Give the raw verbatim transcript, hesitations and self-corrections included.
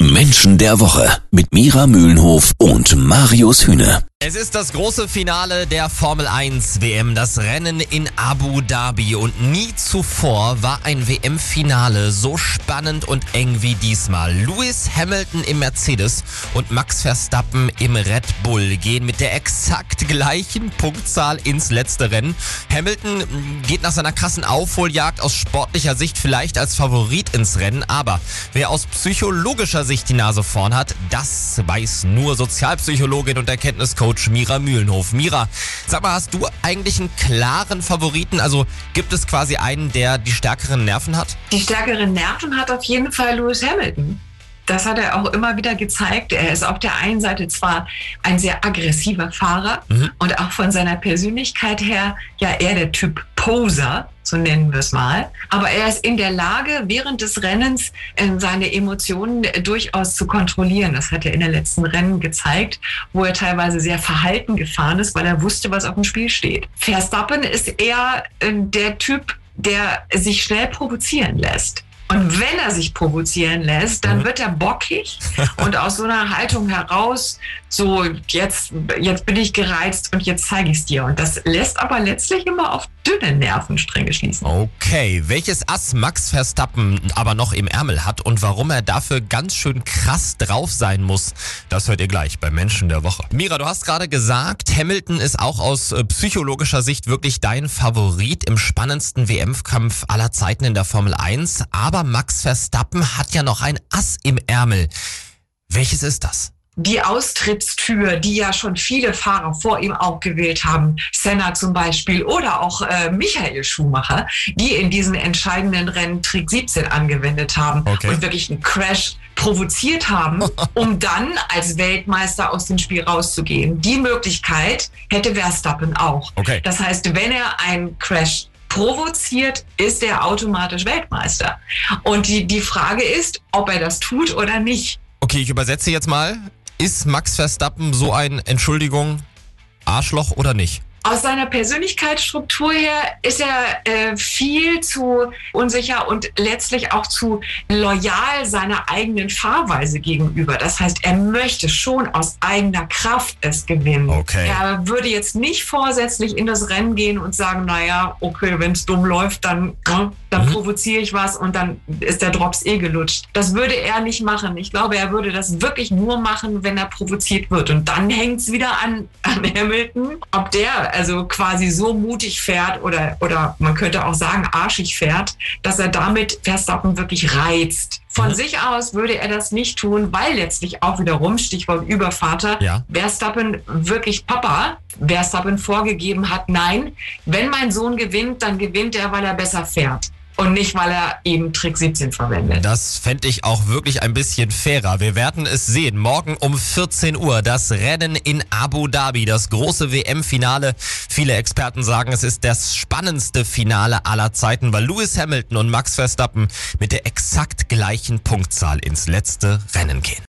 Menschen der Woche mit Mira Mühlenhof und Marius Hühne. Es ist das große Finale der Formel eins W M, das Rennen in Abu Dhabi. Und nie zuvor war ein W M-Finale so spannend und eng wie diesmal. Lewis Hamilton im Mercedes und Max Verstappen im Red Bull gehen mit der exakt gleichen Punktzahl ins letzte Rennen. Hamilton geht nach seiner krassen Aufholjagd aus sportlicher Sicht vielleicht als Favorit ins Rennen. Aber wer aus psychologischer Sicht die Nase vorn hat, das weiß nur Sozialpsychologin und Erkenntniscoach Mira Mühlenhof. Mira, sag mal, hast du eigentlich einen klaren Favoriten? Also gibt es quasi einen, der die stärkeren Nerven hat? Die stärkeren Nerven hat auf jeden Fall Lewis Hamilton. Das hat er auch immer wieder gezeigt. Er ist auf der einen Seite zwar ein sehr aggressiver Fahrer mhm. und auch von seiner Persönlichkeit her ja eher der Typ Poser, so nennen wir es mal. Aber er ist in der Lage, während des Rennens äh, seine Emotionen durchaus zu kontrollieren. Das hat er in den letzten Rennen gezeigt, wo er teilweise sehr verhalten gefahren ist, weil er wusste, was auf dem Spiel steht. Verstappen ist eher äh, der Typ, der sich schnell provozieren lässt. Und wenn er sich provozieren lässt, dann wird er bockig und aus so einer Haltung heraus, so jetzt, jetzt bin ich gereizt und jetzt zeige ich es dir. Und das lässt aber letztlich immer auf dünne Nervenstränge schließen. Okay, welches Ass Max Verstappen aber noch im Ärmel hat und warum er dafür ganz schön krass drauf sein muss, das hört ihr gleich bei Menschen der Woche. Mira, du hast gerade gesagt, Hamilton ist auch aus äh, psychologischer Sicht wirklich dein Favorit im spannendsten W M-Kampf aller Zeiten in der Formel eins. Aber Max Verstappen hat ja noch ein Ass im Ärmel. Welches ist das? Die Austrittstür, die ja schon viele Fahrer vor ihm auch gewählt haben, Senna zum Beispiel oder auch äh, Michael Schumacher, die in diesen entscheidenden Rennen Trick siebzehn angewendet haben okay. und wirklich einen Crash provoziert haben, um dann als Weltmeister aus dem Spiel rauszugehen. Die Möglichkeit hätte Verstappen auch. Okay. Das heißt, wenn er einen Crash provoziert, ist er automatisch Weltmeister. Und die, die Frage ist, ob er das tut oder nicht. Okay, ich übersetze jetzt mal. Ist Max Verstappen so ein, Entschuldigung, Arschloch oder nicht? Aus seiner Persönlichkeitsstruktur her ist er äh, viel zu unsicher und letztlich auch zu loyal seiner eigenen Fahrweise gegenüber. Das heißt, er möchte schon aus eigener Kraft es gewinnen. Okay. Er würde jetzt nicht vorsätzlich in das Rennen gehen und sagen, naja, okay, wenn es dumm läuft, dann, äh, dann mhm. provoziere ich was und dann ist der Drops eh gelutscht. Das würde er nicht machen. Ich glaube, er würde das wirklich nur machen, wenn er provoziert wird. Und dann hängt es wieder an, an Hamilton, ob der also quasi so mutig fährt oder, oder man könnte auch sagen arschig fährt, dass er damit Verstappen wirklich reizt. Von mhm. sich aus würde er das nicht tun, weil letztlich auch wiederum, Stichwort Übervater, ja. Verstappen wirklich Papa, Verstappen vorgegeben hat, nein, wenn mein Sohn gewinnt, dann gewinnt er, weil er besser fährt. Und nicht, weil er eben Trick siebzehn verwendet. Das fände ich auch wirklich ein bisschen fairer. Wir werden es sehen. Morgen um vierzehn Uhr das Rennen in Abu Dhabi, das große W M-Finale. Viele Experten sagen, es ist das spannendste Finale aller Zeiten, weil Lewis Hamilton und Max Verstappen mit der exakt gleichen Punktzahl ins letzte Rennen gehen.